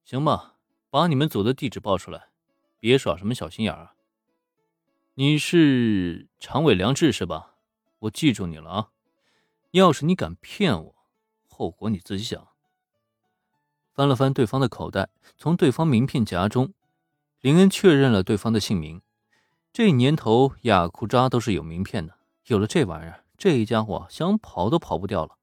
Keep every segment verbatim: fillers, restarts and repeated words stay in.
行吧，把你们组的地址报出来，别耍什么小心眼儿啊。你是长尾良治是吧？我记住你了啊。要是你敢骗我，后果你自己想。翻了翻对方的口袋，从对方名片夹中，林恩确认了对方的姓名。这年头雅库扎都是有名片的，有了这玩意儿，这家伙想跑都跑不掉了。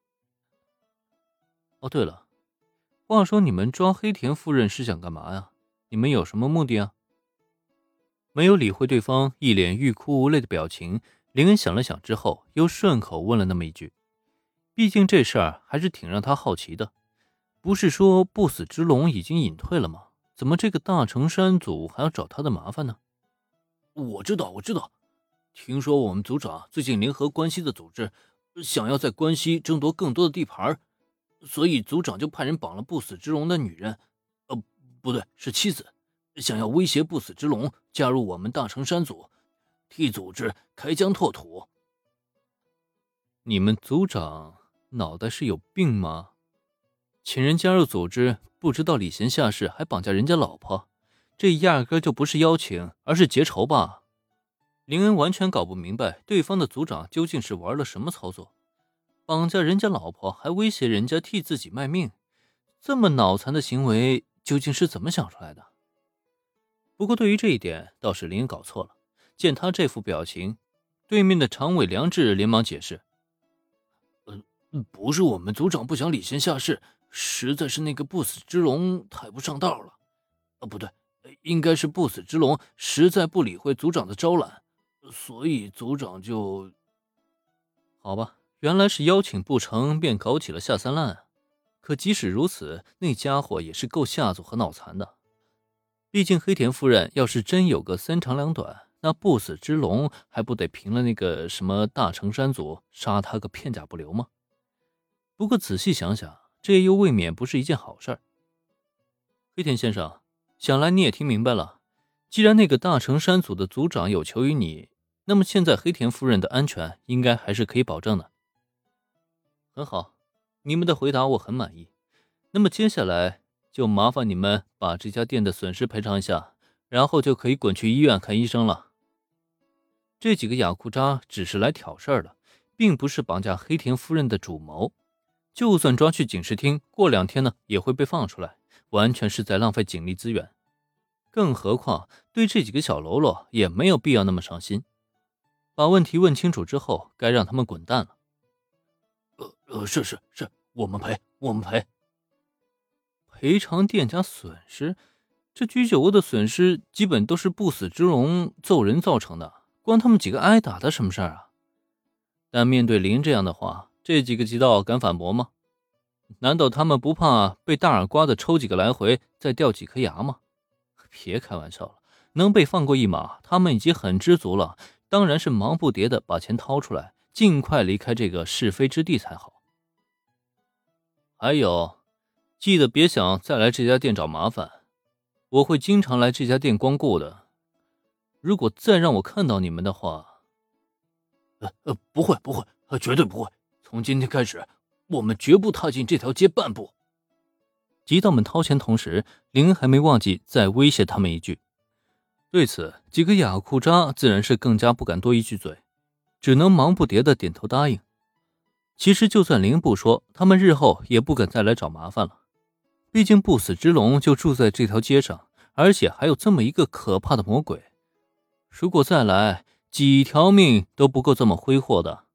哦，对了，话说你们抓黑田夫人是想干嘛呀？你们有什么目的啊？没有理会对方一脸欲哭无泪的表情，林恩想了想之后，又顺口问了那么一句。毕竟这事儿还是挺让他好奇的。不是说不死之龙已经隐退了吗？怎么这个大城山组还要找他的麻烦呢？我知道，我知道。听说我们组长最近联合关西的组织，想要在关西争夺更多的地盘，所以组长就派人绑了不死之龙的女人，呃，不对，是妻子，想要威胁不死之龙加入我们大城山组，替组织开疆拓土。你们组长脑袋是有病吗？请人加入组织，不知道礼贤下士，还绑架人家老婆，这压根就不是邀请，而是结仇吧？林恩完全搞不明白对方的组长究竟是玩了什么操作，绑架人家老婆，还威胁人家替自己卖命，这么脑残的行为究竟是怎么想出来的？不过对于这一点，倒是林恩搞错了。见他这副表情，对面的长尾良治连忙解释：呃，不是我们组长不想礼贤下士，实在是那个不死之龙太不上道了。呃，不对，应该是不死之龙实在不理会组长的招揽，所以组长就……好吧，原来是邀请不成便搞起了下三滥啊。可即使如此，那家伙也是够下作和脑残的。毕竟黑田夫人要是真有个三长两短，那不死之龙还不得凭了那个什么大城山组杀他个片甲不留吗？不过仔细想想，这又未免不是一件好事儿。黑田先生，想来你也听明白了，既然那个大城山组的组长有求于你，那么现在黑田夫人的安全应该还是可以保证的。很好，你们的回答我很满意。那么接下来就麻烦你们把这家店的损失赔偿一下，然后就可以滚去医院看医生了。这几个雅库扎只是来挑事儿的，并不是绑架黑田夫人的主谋。就算抓去警视厅，过两天呢也会被放出来，完全是在浪费警力资源。更何况对这几个小喽啰也没有必要那么上心。把问题问清楚之后，该让他们滚蛋了。呃呃，是是是，我们赔，我们赔。赔偿店家损失？这居酒屋的损失基本都是不死之龙揍人造成的，关他们几个挨打的什么事儿啊？但面对林这样的话，这几个极道敢反驳吗？难道他们不怕被大耳刮子抽几个来回，再掉几颗牙吗？别开玩笑了，能被放过一马，他们已经很知足了，当然是忙不迭的把钱掏出来，尽快离开这个是非之地才好。还有，记得别想再来这家店找麻烦，我会经常来这家店光顾的。如果再让我看到你们的话……呃呃，不会不会，呃，绝对不会。从今天开始，我们绝不踏进这条街半步。极道们掏钱同时，林恩还没忘记再威胁他们一句。对此，几个雅库扎自然是更加不敢多一句嘴，只能忙不迭地点头答应。其实就算林恩不说，他们日后也不敢再来找麻烦了。毕竟不死之龙就住在这条街上，而且还有这么一个可怕的魔鬼，如果再来，几条命都不够这么挥霍的。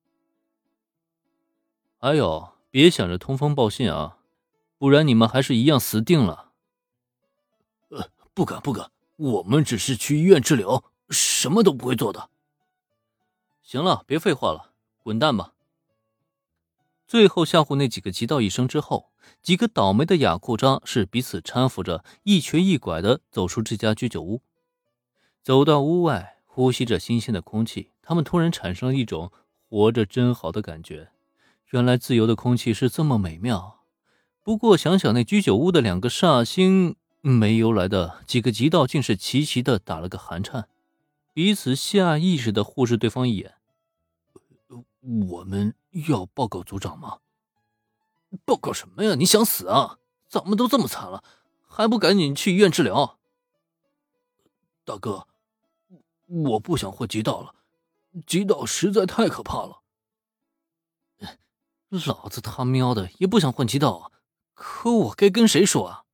还有，别想着通风报信啊，不然你们还是一样死定了。呃，不敢不敢，我们只是去医院治疗，什么都不会做的。行了，别废话了，滚蛋吧。最后吓唬那几个极道一声之后，几个倒霉的雅库扎是彼此搀扶着，一瘸一拐地走出这家居酒屋。走到屋外，呼吸着新鲜的空气，他们突然产生了一种活着真好的感觉。原来自由的空气是这么美妙。不过想想那居酒屋的两个煞星，没由来的几个极道竟是齐齐地打了个寒颤，彼此下意识地互视对方一眼。我们要报告组长吗？报告什么呀？你想死啊？咱们都这么惨了， 还不赶紧去医院治疗？ 大哥，我不想混极道了，极道实在太可怕了。 老子他喵的也不想混极道啊，可我该跟谁说啊？